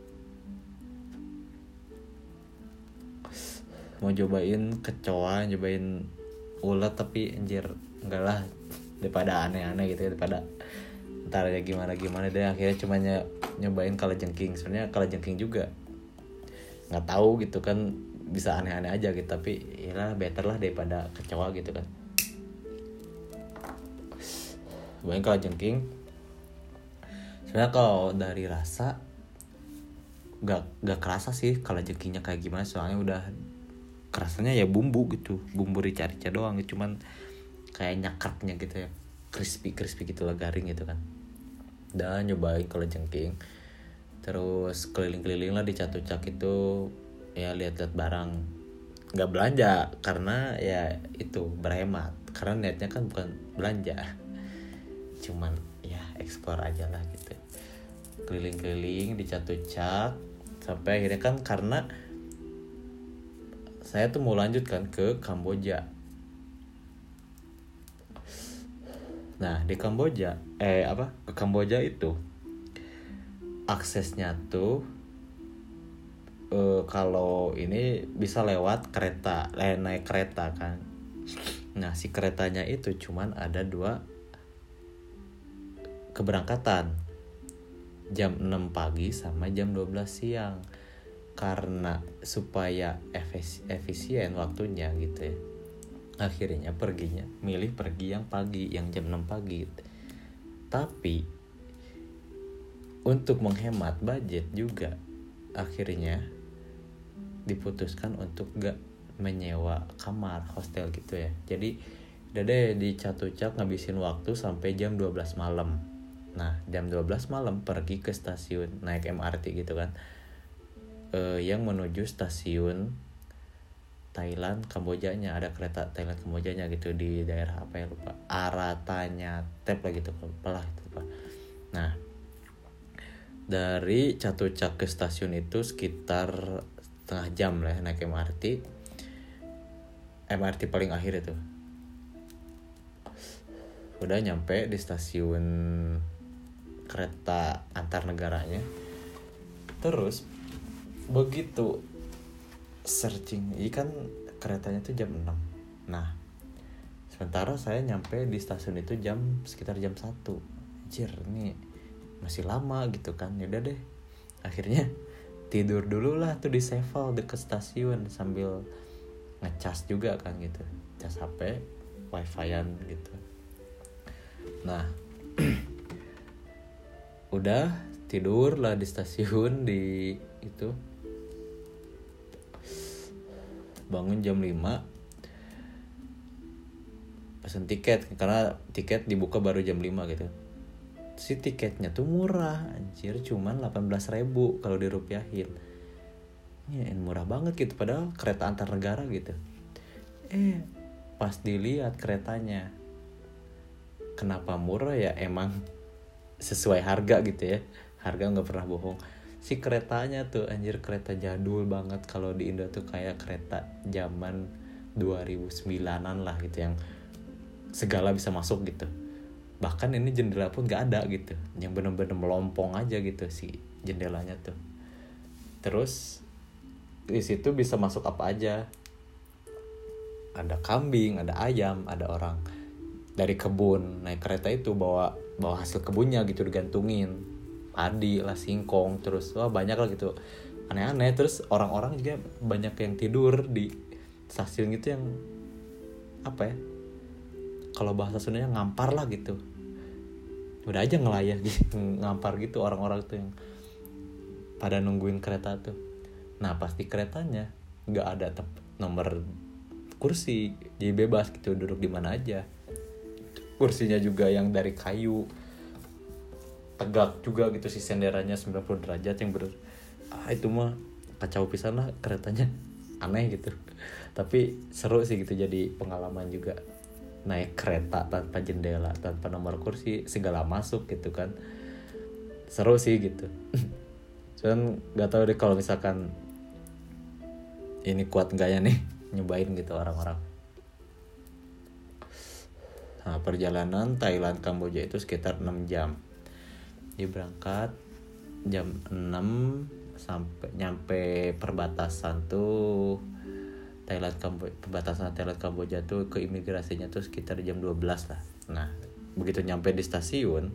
mau cobain kecoa, nyobain ulat, tapi anjir enggak lah, daripada aneh-aneh gitu, daripada ntar ya gimana deh. Akhirnya cuma nyobain kalajengking. Sebenarnya kalajengking juga nggak tahu gitu kan, bisa aneh-aneh aja gitu, tapi ya better lah daripada kecoa gitu kan. Cobain kalajengking. Sebenarnya kalau dari rasa nggak kerasa sih kalajengkingnya kayak gimana, soalnya udah kerasanya ya bumbu gitu, bumbu rica-rica doang, cuman kayak nyakaknya gitu ya, crispy gitu lah, garing gitu kan. Dan nyobain kalajengking, terus keliling-keliling lah di Chatuchak itu, ya lihat-lihat barang, nggak belanja karena ya itu berhemat, karena niatnya kan bukan belanja, cuman ya explore aja lah gitu. Keliling-keliling di Chatuchak sampai akhirnya kan, karena saya tuh mau lanjut kan ke Kamboja. Nah di Kamboja ke Kamboja itu aksesnya tuh kalau ini bisa lewat kereta, naik kereta kan. Nah si keretanya itu cuman ada 2 keberangkatan, jam 6 pagi sama jam 12 siang. Karena supaya efisien waktunya gitu ya, akhirnya milih pergi yang pagi, yang jam 6 pagi. Tapi untuk menghemat budget juga, akhirnya diputuskan untuk gak menyewa kamar hostel gitu ya. Jadi udah deh di Chatuchak ngabisin waktu sampai jam 12 malam. Nah jam 12 malam pergi ke stasiun, naik MRT gitu kan, yang menuju stasiun Thailand Kambojanya. Ada kereta Thailand Kambojanya gitu di daerah apa ya, lupa, Aratanyatep lah gitu, lupa. Nah dari Chatuchak ke stasiun itu sekitar setengah jam lah ya, naik MRT paling akhir itu. Udah nyampe di stasiun kereta antar negaranya, terus begitu searching, ini kan keretanya tuh jam 6. Nah sementara saya nyampe di stasiun itu sekitar jam 1. Anjir ini masih lama gitu kan. Yaudah deh, akhirnya tidur dulu lah tuh di Sevel deket stasiun, sambil ngecas juga kan gitu, cas HP, wifi-an gitu. Nah udah tidur lah di stasiun di itu, bangun jam 5, pesen tiket karena tiket dibuka baru jam 5 gitu. Si tiketnya tuh murah anjir, cuman 18.000 kalau dirupiahin. Ya murah banget gitu, padahal kereta antar negara gitu. Pas dilihat keretanya kenapa murah ya, emang sesuai harga gitu ya, harga nggak pernah bohong. Si keretanya tuh anjir kereta jadul banget, kalau di Indo tuh kayak kereta zaman 2009-an lah gitu, yang segala bisa masuk gitu. Bahkan ini jendela pun nggak ada gitu, yang bener-bener melompong aja gitu si jendelanya tuh. Terus di situ bisa masuk apa aja, ada kambing, ada ayam, ada orang dari kebun naik kereta itu bawa hasil kebunnya gitu, digantungin padi lah, singkong, terus wah banyak lah gitu aneh-aneh. Terus orang-orang juga banyak yang tidur di stasiun gitu, yang apa ya, kalau bahasa Sundanya ngampar lah gitu, udah aja ngelayah gitu, ngampar gitu orang-orang tuh yang pada nungguin kereta tuh. Nah pas di keretanya nggak ada nomor kursi, jadi bebas gitu duduk di mana aja. Kursinya juga yang dari kayu, tegak juga gitu, si senderannya 90 derajat yang itu mah kacau pisan lah keretanya, aneh gitu. Tapi seru sih gitu, jadi pengalaman juga naik kereta tanpa jendela, tanpa nomor kursi, segala masuk gitu kan, seru sih gitu. Cuman nggak tahu deh kalau misalkan ini kuat nggak ya nih nyobain gitu orang-orang. Nah, perjalanan Thailand Kamboja itu sekitar 6 jam. Dia berangkat jam 6 sampai nyampe perbatasan tuh perbatasan Thailand Kamboja tuh ke imigrasinya tuh sekitar jam 12 lah. Nah, begitu nyampe di stasiun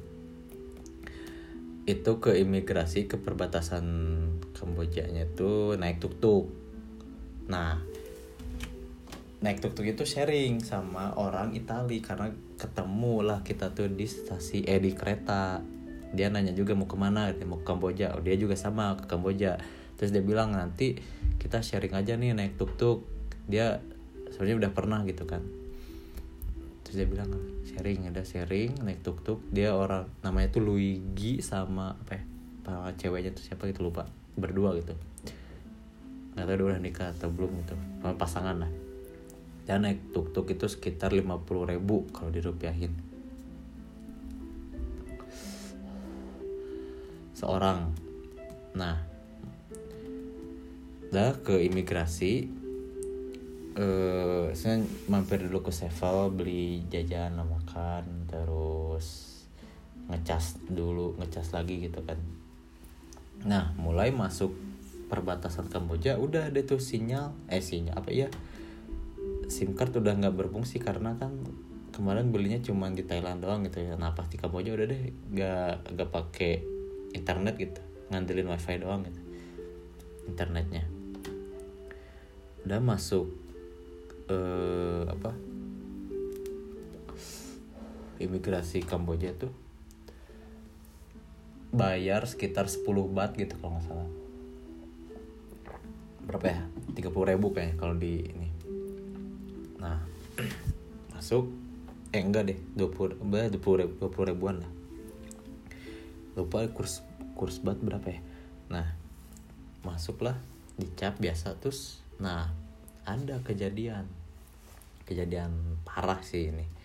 itu ke imigrasi, ke perbatasan Kambojanya tuh naik tuk-tuk. Nah, naik tuk-tuk itu sharing sama orang Itali, karena ketemu lah kita tuh di di kereta. Dia nanya juga mau kemana, dia mau ke Kamboja. Dia juga sama ke Kamboja. Terus dia bilang nanti kita sharing aja nih naik tuk-tuk. Dia sebenarnya udah pernah gitu kan. Terus dia bilang sharing naik tuk-tuk. Dia orang namanya tuh Luigi sama apa ya, ceweknya tuh siapa gitu lupa, berdua gitu. Nggak tahu dia udah nikah atau belum gitu, pasangan lah. Dan naik tuk-tuk itu sekitar 50.000 kalau dirupiahin seorang. Nah, udah ke imigrasi, saya mampir dulu ke Sevel beli jajan makan, terus ngecas lagi gitu kan. Nah, mulai masuk perbatasan Kamboja udah ada tuh sinyal apa ya, SIM card udah nggak berfungsi karena kan kemarin belinya cuma di Thailand doang gitu ya. Nah pas di Kamboja udah deh nggak pakai internet gitu, ngandelin wifi doang gitu internetnya. Udah masuk imigrasi Kamboja tuh bayar sekitar 10 baht gitu kalau nggak salah. Berapa ya, 30.000 kayaknya kalau di ini. Nah masuk enggak deh 20 ribuan lah, lupa kurs bat berapa ya. Nah masuklah, dicap biasa. Terus nah ada kejadian parah sih ini.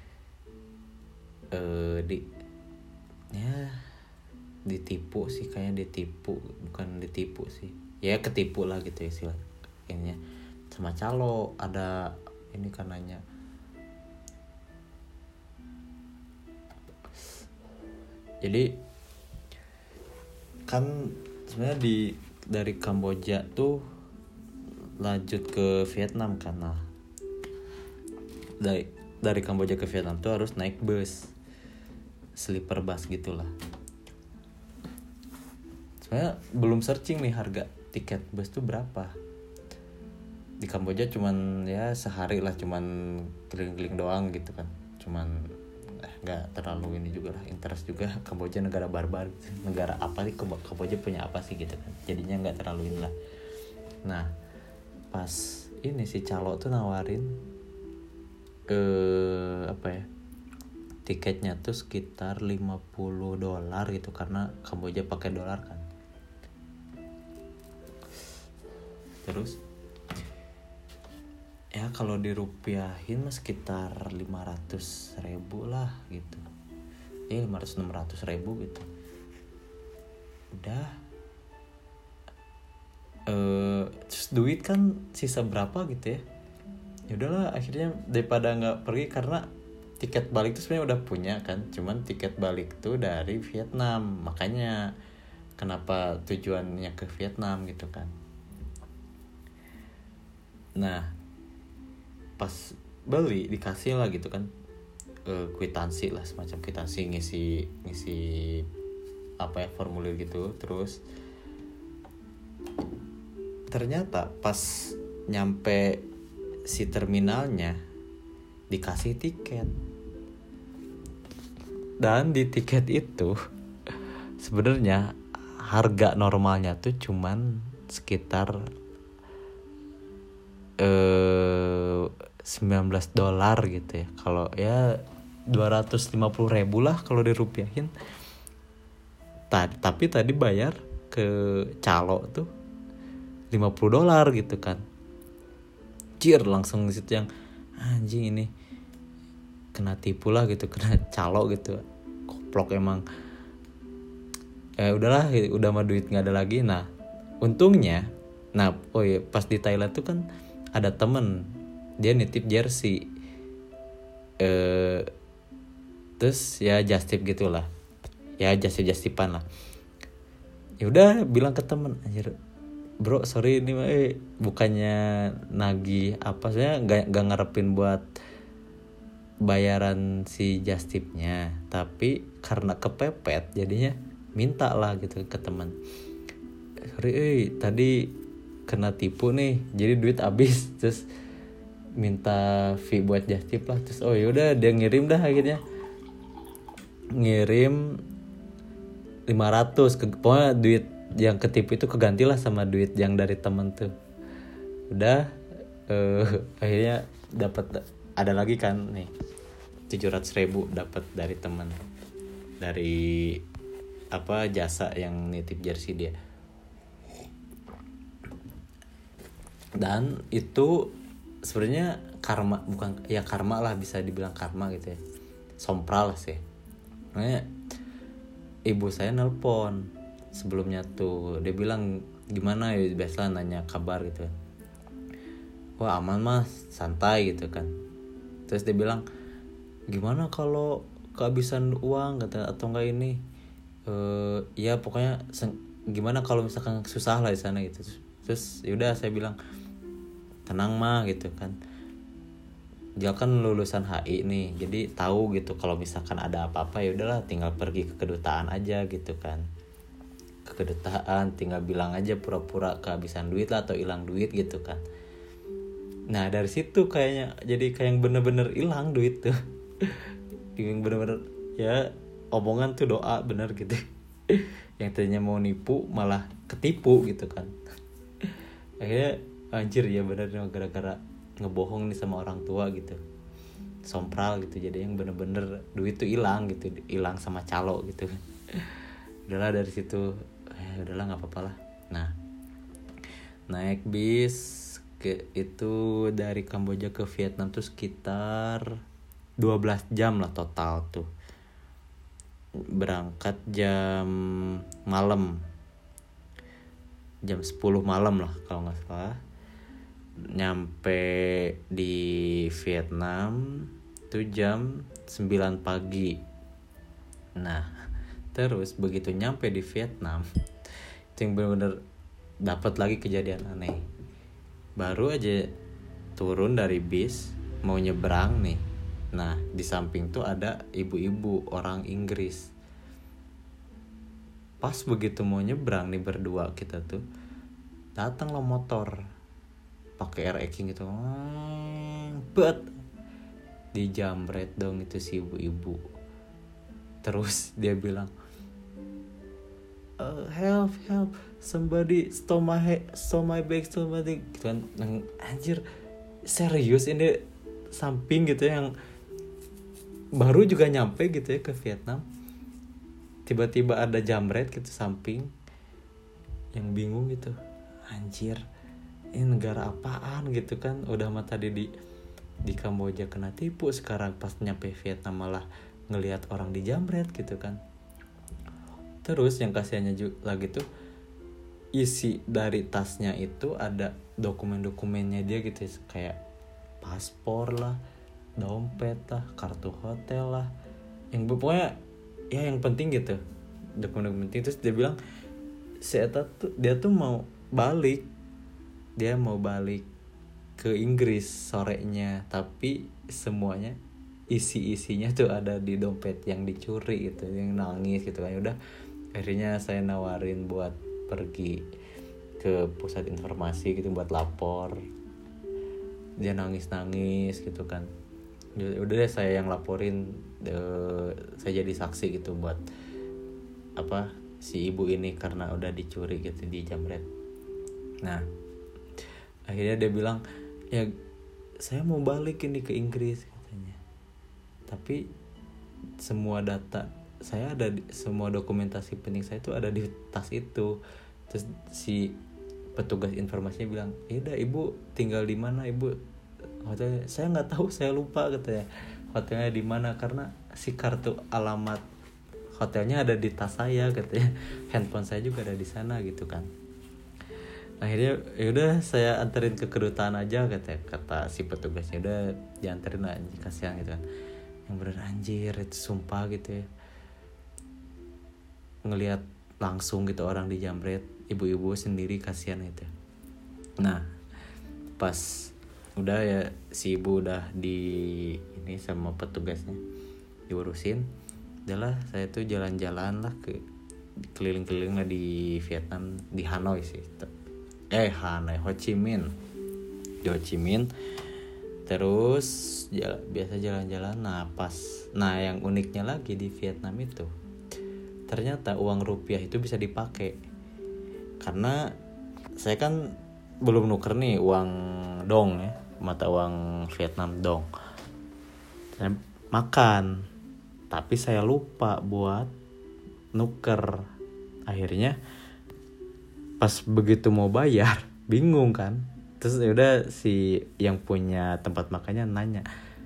Ditipu sih kayaknya, bukan ditipu sih ya, ketipu lah gitu istilah ininya sama calo. Ada ini karenanya jadi kan sebenarnya dari Kamboja tuh lanjut ke Vietnam kan. Nah dari Kamboja ke Vietnam tuh harus naik bus, sleeper bus gitulah. Sebenarnya belum searching nih harga tiket bus tuh berapa. Di Kamboja cuman ya sehari lah, cuman keliling-keliling doang gitu kan, cuman nggak terlalu ini juga lah, interest juga. Kamboja negara barbar, negara apa sih, Kamboja punya apa sih gitu kan, jadinya nggak terlalu inilah. Nah pas ini si calo tuh nawarin tiketnya tuh sekitar $50 gitu, karena Kamboja pakai dolar kan. Terus ya kalau dirupiahin sekitar 500.000 lah gitu. 500-600 ribu gitu. Udah terus duit kan sisa berapa gitu ya. Ya udahlah, akhirnya daripada nggak pergi, karena tiket balik tuh sebenarnya udah punya kan, cuman tiket balik tuh dari Vietnam, makanya kenapa tujuannya ke Vietnam gitu kan. Nah pas beli dikasih lah gitu kan, kwitansi lah, semacam kwitansi, ngisi apa ya, formulir gitu. Terus ternyata pas nyampe si terminalnya dikasih tiket, dan di tiket itu sebenarnya harga normalnya tuh cuman sekitar $19 gitu ya. Kalau ya 250.000 lah kalau dirupiahin. Tapi tadi bayar ke calo tuh $50 gitu kan. Cier, langsung di situ yang anjing ini kena tipu lah gitu, kena calo gitu. Koplok emang. Udahlah, udah mah duit nggak ada lagi. Nah untungnya, pas di Thailand tuh kan ada temen dia nitip jersey, terus ya just tip gitulah, ya just-tipan lah. Ya udah bilang ke temen, anjir bro sorry ini mah bukannya nagih apa, saya nggak ngarepin buat bayaran si just tipnya, tapi karena kepepet jadinya minta lah gitu ke teman. Sorry tadi kena tipu nih, jadi duit habis, terus minta fee buat just tip lah. Terus yaudah dia ngirim dah, akhirnya ngirim 500 pokoknya duit yang ketipu itu kegantilah sama duit yang dari temen tuh. Udah akhirnya dapat, ada lagi kan nih 700.000 dapat dari temen, dari apa jasa yang nitip jersey dia. Dan itu sebenarnya karma, bukan ya karma lah, bisa dibilang karma gitu ya, sompral sih. Makanya ibu saya nelpon sebelumnya tuh, dia bilang gimana ya, biasa nanya kabar gitu. Wah aman mas, santai gitu kan. Terus dia bilang gimana kalau kehabisan uang kata, atau enggak ini ya pokoknya gimana kalau misalkan susah lah di sana gitu. Terus yaudah saya bilang tenang mah gitu kan, dia kan lulusan HI nih, jadi tahu gitu kalau misalkan ada apa-apa ya udahlah tinggal pergi ke kedutaan aja gitu kan. Ke kedutaan tinggal bilang aja pura-pura kehabisan duit lah atau hilang duit gitu kan. Nah dari situ kayaknya jadi kayak yang bener-bener hilang duit tuh. Yang bener-bener ya omongan tuh doa bener gitu. Yang tadinya mau nipu malah ketipu gitu kan. Akhirnya anjir ya bener, gara-gara ngebohong nih sama orang tua gitu, sompral gitu. Jadi yang bener-bener duit tuh hilang gitu, hilang sama calo gitu. Udahlah dari situ udahlah nggak apa-apa lah. Nah naik bis itu dari Kamboja ke Vietnam tuh sekitar 12 jam lah total tuh. Berangkat jam malam, jam 10 malam lah kalau nggak salah. Nyampe di Vietnam tuh jam 9 pagi. Nah terus begitu nyampe di Vietnam itu yang benar-benar dapat lagi kejadian aneh. Baru aja turun dari bis mau nyebrang nih, nah di samping tuh ada ibu-ibu orang Inggris. Pas begitu mau nyebrang nih berdua kita tuh, datang lo motor pakai air king gitu, dijamret dong itu si ibu-ibu. Terus dia bilang help somebody stole my bag gitu kan. Anjir serius ini samping gitu yang baru juga nyampe gitu ya ke Vietnam, tiba-tiba ada jamret gitu samping, yang bingung gitu. Anjir ini negara apaan gitu kan, udah mah tadi di Kamboja kena tipu, sekarang pas nyampe Vietnam malah ngelihat orang dijamret gitu kan. Terus yang kasihannya lagi tuh, isi dari tasnya itu ada dokumen-dokumennya dia gitu, kayak paspor lah, dompet lah, kartu hotel lah, yang pokoknya ya yang penting gitu, dokumen-dokumen penting. Terus dia bilang dia tuh mau balik ke Inggris sorenya, tapi semuanya isinya tuh ada di dompet yang dicuri gitu, yang nangis gitu kan. Udah akhirnya saya nawarin buat pergi ke pusat informasi gitu buat lapor. Dia nangis gitu kan. Udah deh saya yang laporin, saya jadi saksi gitu buat si ibu ini karena udah dicuri gitu, dijamret. Nah akhirnya dia bilang, ya saya mau balik ini ke Inggris katanya, tapi semua data saya ada semua dokumentasi penting saya itu ada di tas itu. Terus si petugas informasinya bilang, ya udah ibu tinggal di mana ibu, hotelnya saya nggak tahu, saya lupa katanya hotelnya di mana, karena si kartu alamat hotelnya ada di tas saya katanya, handphone saya juga ada di sana gitu kan. Akhirnya yaudah saya anterin ke kedutaan aja kata si petugasnya. Udah dianterin aja, kasihan gitu kan. Yang bener anjir itu sumpah gitu ya, ngelihat langsung gitu orang dijamret, ibu-ibu sendiri kasihan gitu. Nah pas udah ya si ibu udah di ini sama petugasnya diurusin, adalah saya tuh jalan-jalan lah ke keliling-keliling lah di Vietnam, di Hanoi sih, Hanoi, Ho Chi Minh. Terus biasa jalan-jalan. Nah yang uniknya lagi di Vietnam itu, ternyata uang rupiah itu bisa dipakai. Karena saya kan belum nuker nih uang dong ya, mata uang Vietnam dong. Saya makan, tapi saya lupa buat nuker. Akhirnya pas begitu mau bayar bingung kan. Terus udah si yang punya tempat makannya nanya,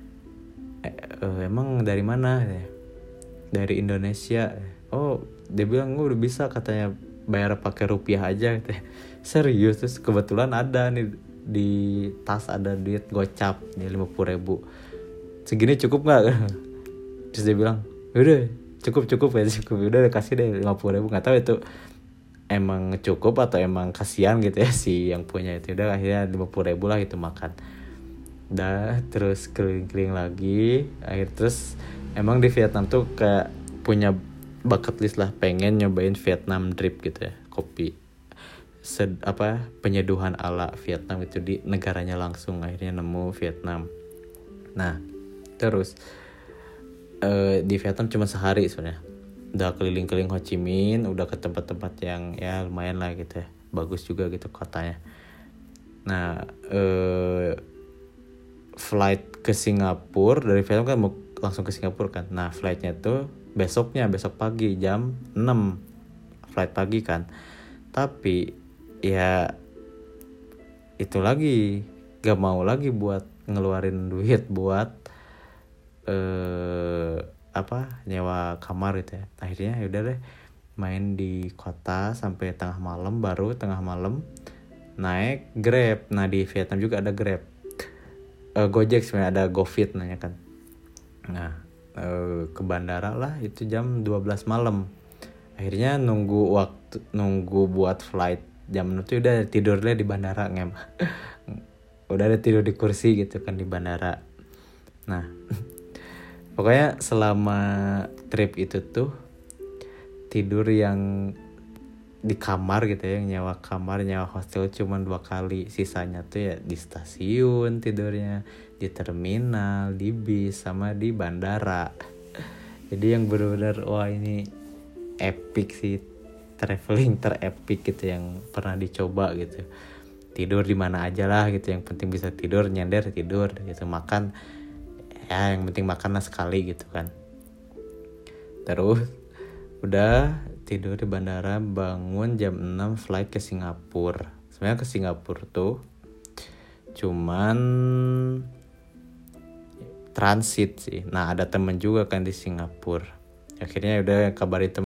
emang dari mana? Dari Indonesia. Oh dia bilang udah bisa katanya bayar pakai rupiah aja katanya. Serius? Terus kebetulan ada nih di tas ada duit gocap nih 50.000. Segini cukup nggak? Terus dia bilang udah cukup ya, cukup, udah kasih deh 50.000. Nggak tahu itu emang cukup atau emang kasihan gitu ya si yang punya itu. Udah akhirnya 50.000 lah itu makan. Udah terus keliling-keliling lagi. Terus emang di Vietnam tuh kayak punya bucket list lah, pengen nyobain Vietnam drip gitu ya, kopi penyeduhan ala Vietnam itu di negaranya langsung. Akhirnya nemu Vietnam. Nah terus di Vietnam cuma sehari sebenarnya. Udah keliling-keliling Ho Chi Minh, udah ke tempat-tempat yang ya lumayan lah gitu ya, bagus juga gitu kotanya. Nah flight ke Singapura dari Vietnam kan mau langsung ke Singapura kan. Nah flightnya tuh besok pagi jam 6 flight pagi kan. Tapi ya itu lagi gak mau lagi buat ngeluarin duit buat nyewa kamar gitu ya. Akhirnya yaudah deh main di kota sampai tengah malam naik Grab. Nah di Vietnam juga ada Grab, Gojek sebenarnya, ada GoFit namanya kan. Nah ke bandara lah itu jam 12 malam. Akhirnya nunggu buat flight jam 6 tuh udah tidur deh di bandara udah ada tidur di kursi gitu kan di bandara. Nah pokoknya selama trip itu tuh tidur yang di kamar gitu ya, yang nyewa hostel cuma 2 kali. Sisanya tuh ya di stasiun tidurnya, di terminal, di bis, sama di bandara. Jadi yang benar-benar wah ini epic sih, traveling terepik gitu yang pernah dicoba gitu. Tidur di mana aja lah gitu, yang penting bisa tidur, nyender tidur gitu. Makan ya yang penting makanlah sekali gitu kan. Terus udah tidur di bandara, bangun jam 6 flight ke Singapura. Sebenarnya ke Singapura tuh cuman transit sih. Nah ada temen juga kan di Singapura, akhirnya udah kabarin temen